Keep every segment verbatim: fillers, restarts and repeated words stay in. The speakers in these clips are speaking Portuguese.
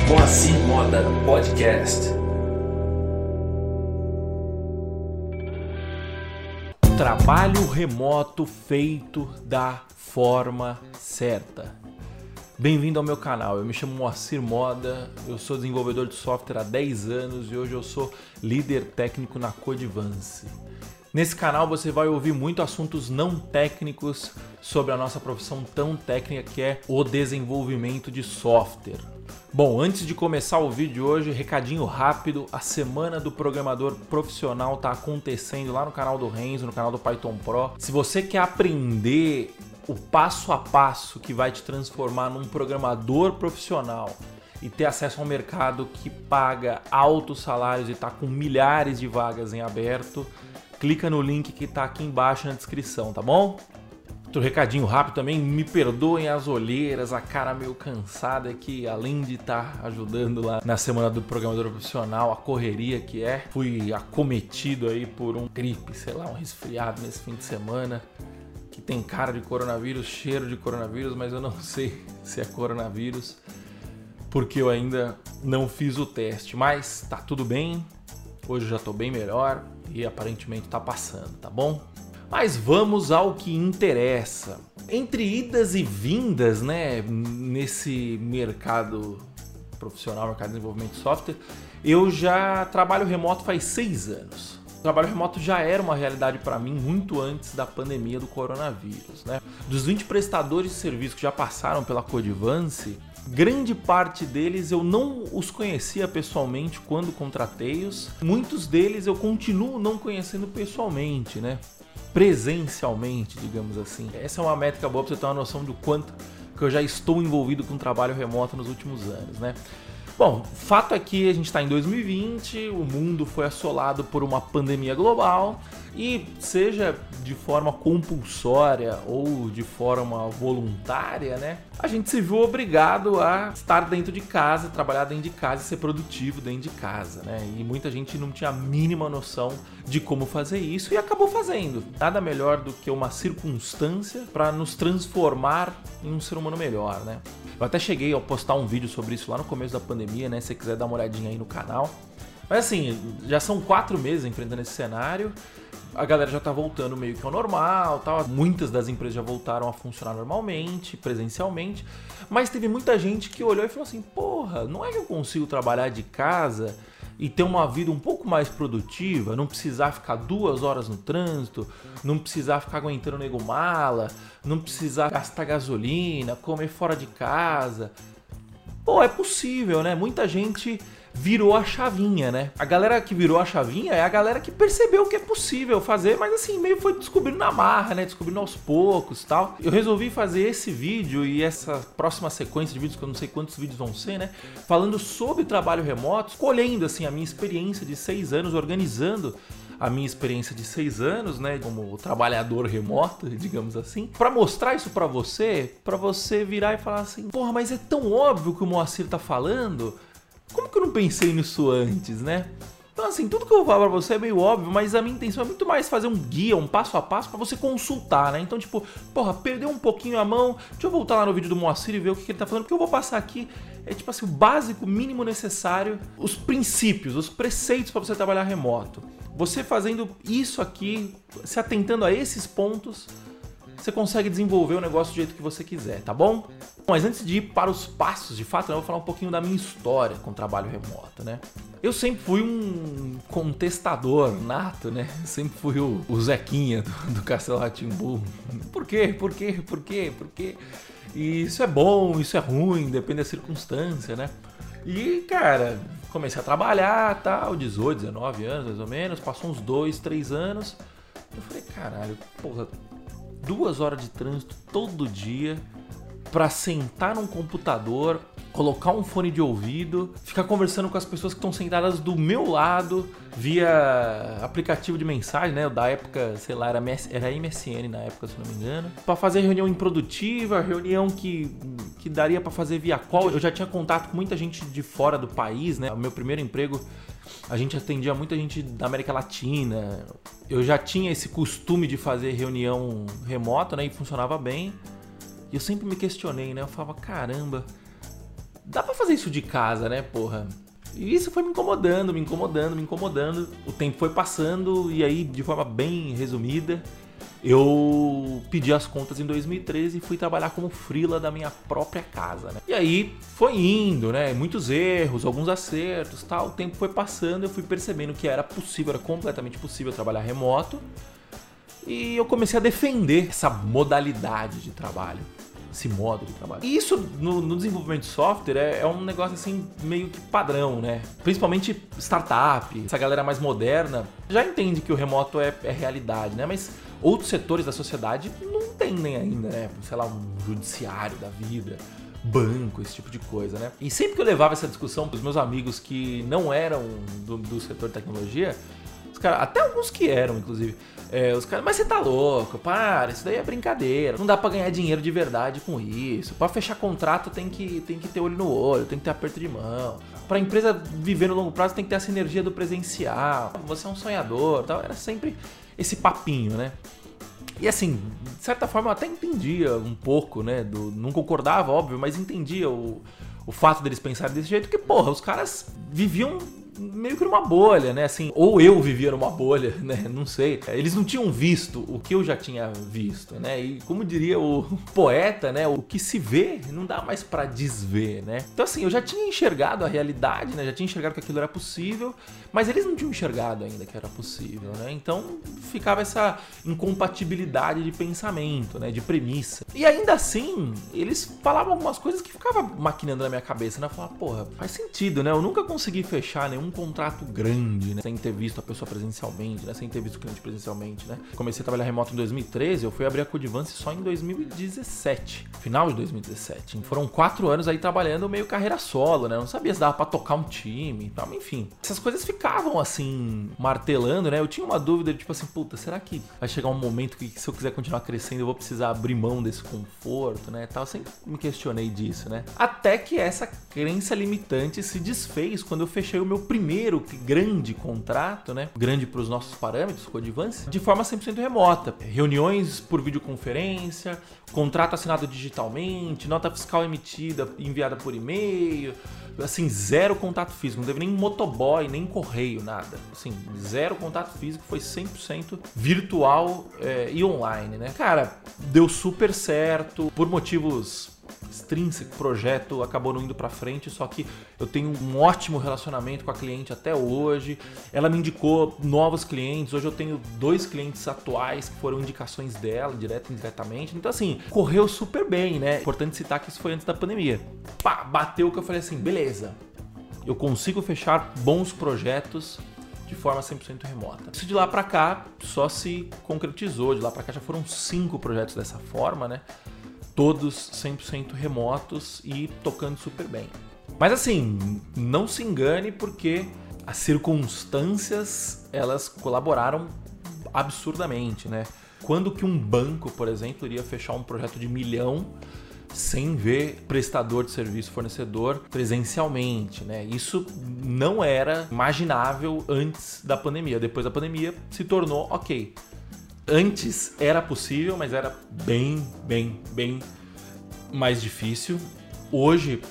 Moacir Moda Podcast. Trabalho remoto feito da forma certa. Bem-vindo ao meu canal, eu me chamo Moacir Moda, eu sou desenvolvedor de software há dez anos e hoje eu sou líder técnico na Codivance. Nesse canal você vai ouvir muito assuntos não técnicos sobre a nossa profissão tão técnica que é o desenvolvimento de software. Bom, antes de começar o vídeo de hoje, recadinho rápido, a Semana do Programador Profissional está acontecendo lá no canal do Renzo, no canal do Python Pro. Se você quer aprender o passo a passo que vai te transformar num programador profissional e ter acesso ao mercado que paga altos salários e está com milhares de vagas em aberto, clica no link que está aqui embaixo na descrição, tá bom? Outro recadinho rápido também, me perdoem as olheiras, a cara meio cansada, que além de estar ajudando lá na Semana do Programador Profissional, a correria que é, fui acometido aí por um gripe, sei lá, um resfriado nesse fim de semana, que tem cara de coronavírus, cheiro de coronavírus, mas eu não sei se é coronavírus, porque eu ainda não fiz o teste, mas tá tudo bem, hoje eu já tô bem melhor e aparentemente tá passando, tá bom? Mas vamos ao que interessa. Entre idas e vindas, né, nesse mercado profissional, mercado de desenvolvimento de software, eu já trabalho remoto faz seis anos. O trabalho remoto já era uma realidade para mim muito antes da pandemia do coronavírus, né? Dos vinte prestadores de serviço que já passaram pela Codivance, grande parte deles eu não os conhecia pessoalmente quando contratei-os. Muitos deles eu continuo não conhecendo pessoalmente, né? Presencialmente, digamos assim. Essa é uma métrica boa para você ter uma noção do quanto que eu já estou envolvido com trabalho remoto nos últimos anos, né? Bom, fato é que a gente está em dois mil e vinte, o mundo foi assolado por uma pandemia global e seja de forma compulsória ou de forma voluntária, né? A gente se viu obrigado a estar dentro de casa, trabalhar dentro de casa e ser produtivo dentro de casa, né? E muita gente não tinha a mínima noção de como fazer isso e acabou fazendo. Nada melhor do que uma circunstância para nos transformar em um ser humano melhor, né? Eu até cheguei a postar um vídeo sobre isso lá no começo da pandemia, né? Se você quiser dar uma olhadinha aí no canal. Mas assim, já são quatro meses enfrentando esse cenário. A galera já tá voltando meio que ao normal, tal. Muitas das empresas já voltaram a funcionar normalmente, presencialmente. Mas teve muita gente que olhou e falou assim, porra, não é que eu consigo trabalhar de casa e ter uma vida um pouco mais produtiva, não precisar ficar duas horas no trânsito, não precisar ficar aguentando nego mala, não precisar gastar gasolina, comer fora de casa. Pô, é possível, né? Muita gente virou a chavinha, né? A galera que virou a chavinha é a galera que percebeu que é possível fazer, mas assim, meio foi descobrindo na marra, né? Descobrindo aos poucos e tal. Eu resolvi fazer esse vídeo e essa próxima sequência de vídeos, que eu não sei quantos vídeos vão ser, né? Falando sobre trabalho remoto, escolhendo assim a minha experiência de seis anos, organizando a minha experiência de seis anos, né, como trabalhador remoto, digamos assim, para mostrar isso para você, para você virar e falar assim, porra, mas é tão óbvio que o Moacir tá falando, como que eu não pensei nisso antes, né? Então assim, tudo que eu vou falar pra você é meio óbvio, mas a minha intenção é muito mais fazer um guia, um passo a passo pra você consultar, né? Então tipo, porra, perdeu um pouquinho a mão, deixa eu voltar lá no vídeo do Moacir e ver o que ele tá falando, porque eu vou passar aqui, é tipo assim, o básico, mínimo necessário, os princípios, os preceitos pra você trabalhar remoto. Você fazendo isso aqui, se atentando a esses pontos, você consegue desenvolver o negócio do jeito que você quiser, tá bom? Mas antes de ir para os passos, de fato, eu vou falar um pouquinho da minha história com o trabalho remoto, né? Eu sempre fui um contestador nato, né? Sempre fui o, o Zequinha do, do Castelo Rá-Tim-Bum. Por quê? Por quê? Por quê? Por quê? E isso é bom, isso é ruim, depende da circunstância, né? E, cara, comecei a trabalhar, tal, dezoito, dezenove anos, mais ou menos, passou uns dois, três anos. Eu falei, caralho, porra, duas horas de trânsito todo dia pra sentar num computador, colocar um fone de ouvido, ficar conversando com as pessoas que estão sentadas do meu lado via aplicativo de mensagem, né? Da época, sei lá, era, era M S N na época, se não me engano. Pra fazer reunião improdutiva, reunião que, que daria pra fazer via call. Eu já tinha contato com muita gente de fora do país, né? O meu primeiro emprego, a gente atendia muita gente da América Latina. Eu já tinha esse costume de fazer reunião remota, né? E funcionava bem. E eu sempre me questionei, né? Eu falava, caramba, dá pra fazer isso de casa, né, porra? E isso foi me incomodando, me incomodando, me incomodando. O tempo foi passando e aí, de forma bem resumida, eu pedi as contas em dois mil e treze e fui trabalhar como freela da minha própria casa, né? E aí foi indo, né? Muitos erros, alguns acertos, tal. O tempo foi passando, eu fui percebendo que era possível, era completamente possível trabalhar remoto. E eu comecei a defender essa modalidade de trabalho, esse modo de trabalho. E isso no, no desenvolvimento de software é, é um negócio assim meio que padrão, né? Principalmente startup, essa galera mais moderna já entende que o remoto é, é realidade, né? Mas outros setores da sociedade não entendem ainda, né? Sei lá, um judiciário da vida, banco, esse tipo de coisa, né? E sempre que eu levava essa discussão para os meus amigos que não eram do, do setor de tecnologia, os caras, até alguns que eram, inclusive, é, os caras, mas você tá louco, para, isso daí é brincadeira, não dá pra ganhar dinheiro de verdade com isso, pra fechar contrato tem que, tem que ter olho no olho, tem que ter aperto de mão, pra empresa viver no longo prazo tem que ter a sinergia do presencial, você é um sonhador, tal. Era sempre esse papinho, né? E assim, de certa forma eu até entendia um pouco, né, do, não concordava, óbvio, mas entendia o, o fato deles pensarem desse jeito, que porra, os caras viviam meio que numa bolha, né? Assim, ou eu vivia numa bolha, né? Não sei. Eles não tinham visto o que eu já tinha visto, né? E como diria o poeta, né? O que se vê não dá mais pra desver, né? Então assim, eu já tinha enxergado a realidade, né? Já tinha enxergado que aquilo era possível, mas eles não tinham enxergado ainda que era possível, né? Então ficava essa incompatibilidade de pensamento, né? De premissa. E ainda assim, eles falavam algumas coisas que ficava maquinando na minha cabeça, né? Eu falava, porra, faz sentido, né? Eu nunca consegui fechar nenhum contrato grande, né? Sem ter visto a pessoa presencialmente, né? Sem ter visto o cliente presencialmente, né? Comecei a trabalhar remoto em dois mil e treze, eu fui abrir a Codivance só em dois mil e dezessete, final de dois mil e dezessete. Foram quatro anos aí trabalhando meio carreira solo, né? Eu não sabia se dava pra tocar um time e tal, enfim. Essas coisas ficavam assim, martelando, né? Eu tinha uma dúvida de tipo assim, puta, será que vai chegar um momento que se eu quiser continuar crescendo eu vou precisar abrir mão desse conforto, né? Tal. Eu sempre me questionei disso, né? Até que essa crença limitante se desfez quando eu fechei o meu primeiro grande contrato, né? Grande para os nossos parâmetros, Codivance, de forma cem por cento remota. Reuniões por videoconferência, contrato assinado digitalmente, nota fiscal emitida, enviada por e-mail, assim, zero contato físico, não teve nem motoboy, nem correio, nada. Assim, zero contato físico, foi cem por cento virtual é, e online, né? Cara, deu super certo, por motivos extrínseco, o projeto acabou não indo pra frente, só que eu tenho um ótimo relacionamento com a cliente até hoje. Ela me indicou novos clientes, hoje eu tenho dois clientes atuais que foram indicações dela, direto e indiretamente. Então assim, correu super bem, né? Importante citar que isso foi antes da pandemia. Pá, bateu que eu falei assim, beleza, eu consigo fechar bons projetos de forma cem por cento remota. Isso de lá pra cá só se concretizou, de lá pra cá já foram cinco projetos dessa forma, né? Todos cem por cento remotos e tocando super bem. Mas assim, não se engane porque as circunstâncias, elas colaboraram absurdamente, né? Quando que um banco, por exemplo, iria fechar um projeto de milhão sem ver prestador de serviço, fornecedor presencialmente, né? Isso não era imaginável antes da pandemia. Depois da pandemia se tornou ok. Antes era possível, mas era bem, bem, bem mais difícil. Hoje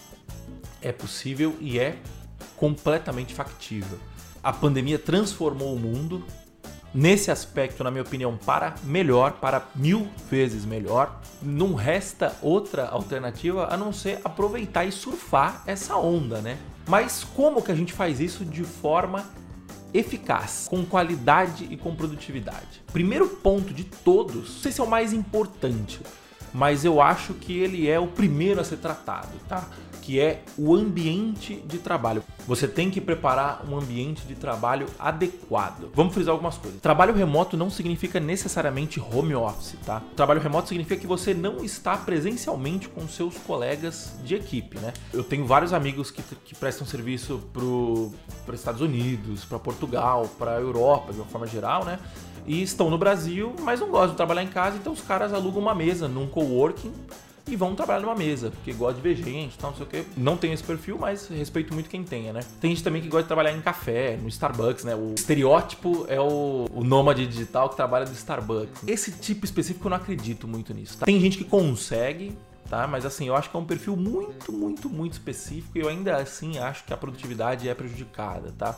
é possível e é completamente factível. A pandemia transformou o mundo nesse aspecto, na minha opinião, para melhor, para mil vezes melhor. Não resta outra alternativa a não ser aproveitar e surfar essa onda, né? Mas como que a gente faz isso de forma eficaz, com qualidade e com produtividade? Primeiro ponto de todos, não sei se é o mais importante, mas eu acho que ele é o primeiro a ser tratado, tá? Que é o ambiente de trabalho. Você tem que preparar um ambiente de trabalho adequado. Vamos frisar algumas coisas. Trabalho remoto não significa necessariamente home office, tá? Trabalho remoto significa que você não está presencialmente com seus colegas de equipe, né? Eu tenho vários amigos que, que prestam serviço para os Estados Unidos, para Portugal, para a Europa, de uma forma geral, né? E estão no Brasil, mas não gostam de trabalhar em casa, então os caras alugam uma mesa num coworking e vão trabalhar numa mesa, porque gosta de ver gente, tal, não sei o que. Não tenho esse perfil, mas respeito muito quem tenha, né? Tem gente também que gosta de trabalhar em café, no Starbucks, né? O estereótipo é o, o nômade digital que trabalha no Starbucks. Esse tipo específico eu não acredito muito nisso, tá? Tem gente que consegue tá? Mas assim, eu acho que é um perfil muito, muito, muito específico e eu ainda assim acho que a produtividade é prejudicada, tá?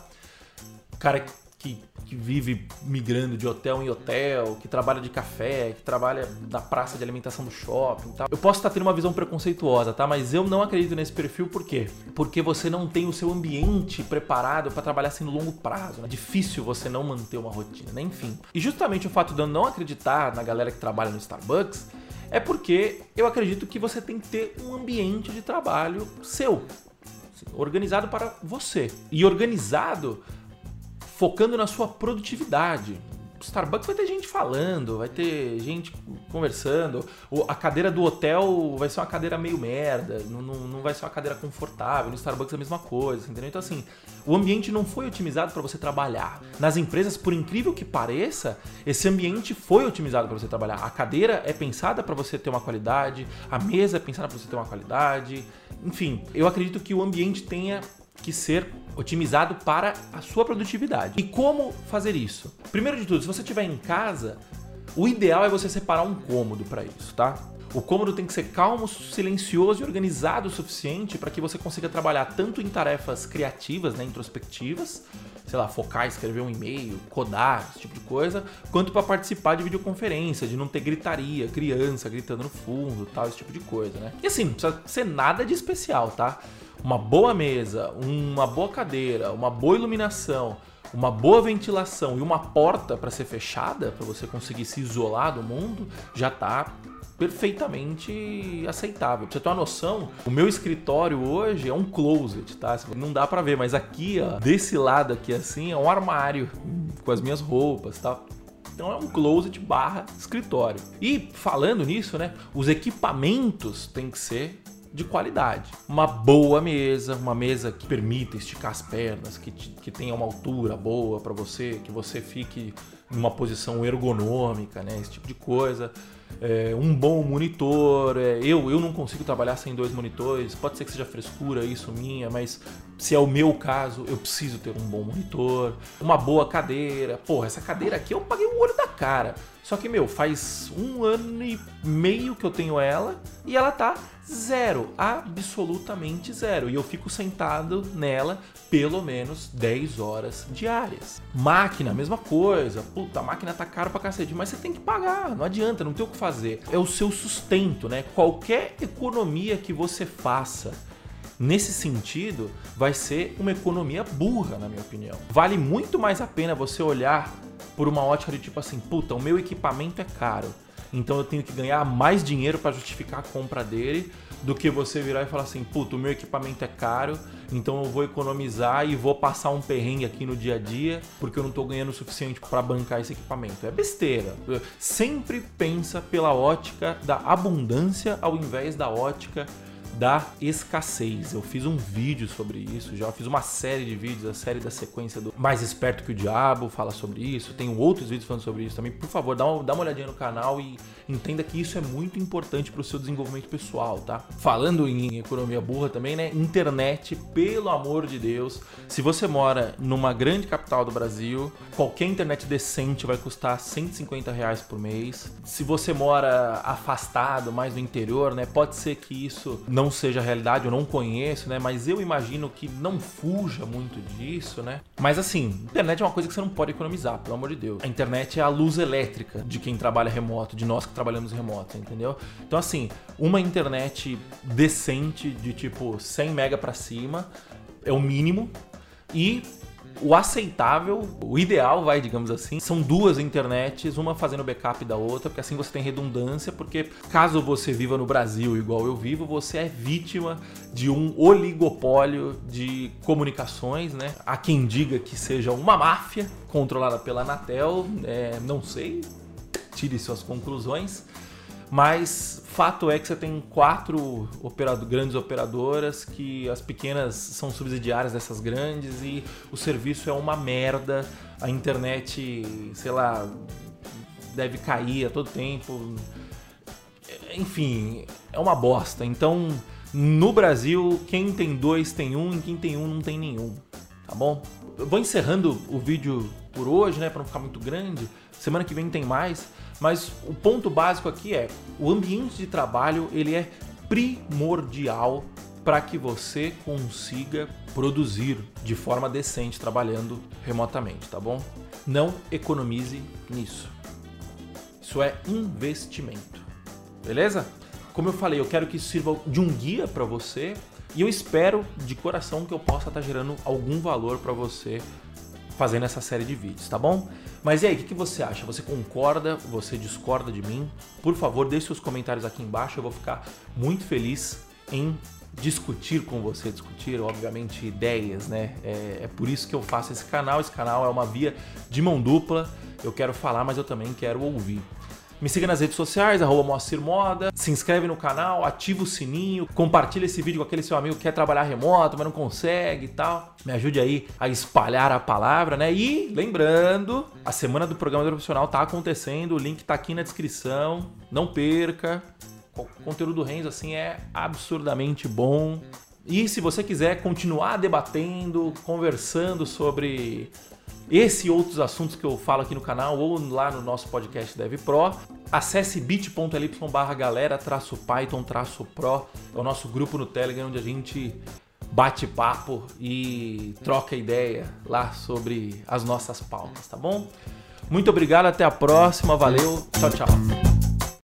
O cara que, que vive migrando de hotel em hotel, que trabalha de café, que trabalha na praça de alimentação do shopping e tal. Eu posso estar tendo uma visão preconceituosa, tá? Mas eu não acredito nesse perfil, por quê? Porque você não tem o seu ambiente preparado para trabalhar assim no longo prazo, né? É difícil você não manter uma rotina, né? Enfim. E justamente o fato de eu não acreditar na galera que trabalha no Starbucks é porque eu acredito que você tem que ter um ambiente de trabalho seu, organizado para você. E organizado focando na sua produtividade. Starbucks vai ter gente falando, vai ter gente conversando, a cadeira do hotel vai ser uma cadeira meio merda, não, não, não vai ser uma cadeira confortável, no Starbucks é a mesma coisa, entendeu? Então assim, o ambiente não foi otimizado para você trabalhar. Nas empresas, por incrível que pareça, esse ambiente foi otimizado para você trabalhar. A cadeira é pensada para você ter uma qualidade, a mesa é pensada para você ter uma qualidade, enfim, eu acredito que o ambiente tenha que ser otimizado para a sua produtividade. E como fazer isso? Primeiro de tudo, se você estiver em casa, o ideal é você separar um cômodo para isso, tá? O cômodo tem que ser calmo, silencioso e organizado o suficiente para que você consiga trabalhar tanto em tarefas criativas, né, introspectivas, sei lá, focar, escrever um e-mail, codar, esse tipo de coisa, quanto para participar de videoconferência, de não ter gritaria, criança gritando no fundo, tal, esse tipo de coisa, né? E assim, não precisa ser nada de especial, tá? Uma boa mesa, uma boa cadeira, uma boa iluminação, uma boa ventilação e uma porta para ser fechada, para você conseguir se isolar do mundo, já tá perfeitamente aceitável. Pra você ter uma noção, o meu escritório hoje é um closet, tá? Não dá pra ver, mas aqui, ó, desse lado aqui assim, é um armário com as minhas roupas, tá? Então é um closet barra escritório. E falando nisso, né, os equipamentos têm que ser de qualidade. Uma boa mesa, uma mesa que permita esticar as pernas, que, te, que tenha uma altura boa para você, que você fique numa posição ergonômica, né? Esse tipo de coisa. É, um bom monitor. É, eu, eu não consigo trabalhar sem dois monitores. Pode ser que seja frescura isso minha, mas se é o meu caso, eu preciso ter um bom monitor. Uma boa cadeira. Porra, essa cadeira aqui eu paguei o olho da cara. Só que, meu, faz um ano e meio que eu tenho ela e ela tá zero, absolutamente zero. E eu fico sentado nela pelo menos dez horas diárias. Máquina, mesma coisa. Puta, a máquina tá cara pra cacete, mas você tem que pagar, não adianta, não tem o que fazer. É o seu sustento, né? Qualquer economia que você faça nesse sentido vai ser uma economia burra, na minha opinião. Vale muito mais a pena você olhar por uma ótica de tipo assim, puta, o meu equipamento é caro, então eu tenho que ganhar mais dinheiro para justificar a compra dele, do que você virar e falar assim, puta, o meu equipamento é caro, então eu vou economizar e vou passar um perrengue aqui no dia a dia, porque eu não tô ganhando o suficiente para bancar esse equipamento. É besteira. Sempre pensa pela ótica da abundância ao invés da ótica da escassez. Eu fiz um vídeo sobre isso, já fiz uma série de vídeos, a série da sequência do Mais Esperto que o Diabo fala sobre isso, tenho outros vídeos falando sobre isso também. Por favor, dá uma, dá uma olhadinha no canal e entenda que isso é muito importante para o seu desenvolvimento pessoal, tá? Falando em economia burra também, né? Internet, pelo amor de Deus, se você mora numa grande capital do Brasil, qualquer internet decente vai custar cento e cinquenta reais por mês. Se você mora afastado, mais no interior, né? Pode ser que isso não seja realidade, eu não conheço, né? Mas eu imagino que não fuja muito disso, né? Mas assim, internet é uma coisa que você não pode economizar, pelo amor de Deus. A internet é a luz elétrica de quem trabalha remoto, de nós que trabalhamos remoto, entendeu? Então assim, uma internet decente de tipo cem mega pra cima é o mínimo, e o aceitável, o ideal, vai, digamos assim, são duas internets, uma fazendo backup da outra, porque assim você tem redundância, porque caso você viva no Brasil igual eu vivo, você é vítima de um oligopólio de comunicações, né? Há quem diga que seja uma máfia controlada pela Anatel, é, não sei, tire suas conclusões. Mas fato é que você tem quatro operado, grandes operadoras, que as pequenas são subsidiárias dessas grandes, e o serviço é uma merda. A internet, sei lá, deve cair a todo tempo. Enfim, é uma bosta. Então, no Brasil, quem tem dois tem um, e quem tem um não tem nenhum. Tá bom? Eu vou encerrando o vídeo por hoje, né, para não ficar muito grande. Semana que vem tem mais. Mas o ponto básico aqui é, o ambiente de trabalho ele é primordial para que você consiga produzir de forma decente trabalhando remotamente, tá bom? Não economize nisso. Isso é investimento, beleza? Como eu falei, eu quero que isso sirva de um guia para você e eu espero de coração que eu possa estar gerando algum valor para você fazendo essa série de vídeos, tá bom? Mas e aí, o que, que você acha? Você concorda? Você discorda de mim? Por favor, deixe seus comentários aqui embaixo, eu vou ficar muito feliz em discutir com você, discutir, obviamente, ideias, né? É, é por isso que eu faço esse canal, esse canal é uma via de mão dupla, eu quero falar, mas eu também quero ouvir. Me siga nas redes sociais, arroba Moacir Moda, se inscreve no canal, ativa o sininho, compartilha esse vídeo com aquele seu amigo que quer trabalhar remoto, mas não consegue e tal. Me ajude aí a espalhar a palavra, né? E lembrando, a semana do Programador Profissional tá acontecendo, o link tá aqui na descrição, não perca. O conteúdo do Renzo, assim, é absurdamente bom. E se você quiser continuar debatendo, conversando sobre esse e outros assuntos que eu falo aqui no canal ou lá no nosso podcast DevPro, acesse bit.ly barra galera traço Python traço Pro, é o nosso grupo no Telegram onde a gente bate papo e troca ideia lá sobre as nossas pautas, tá bom? Muito obrigado, até a próxima, valeu, tchau, tchau.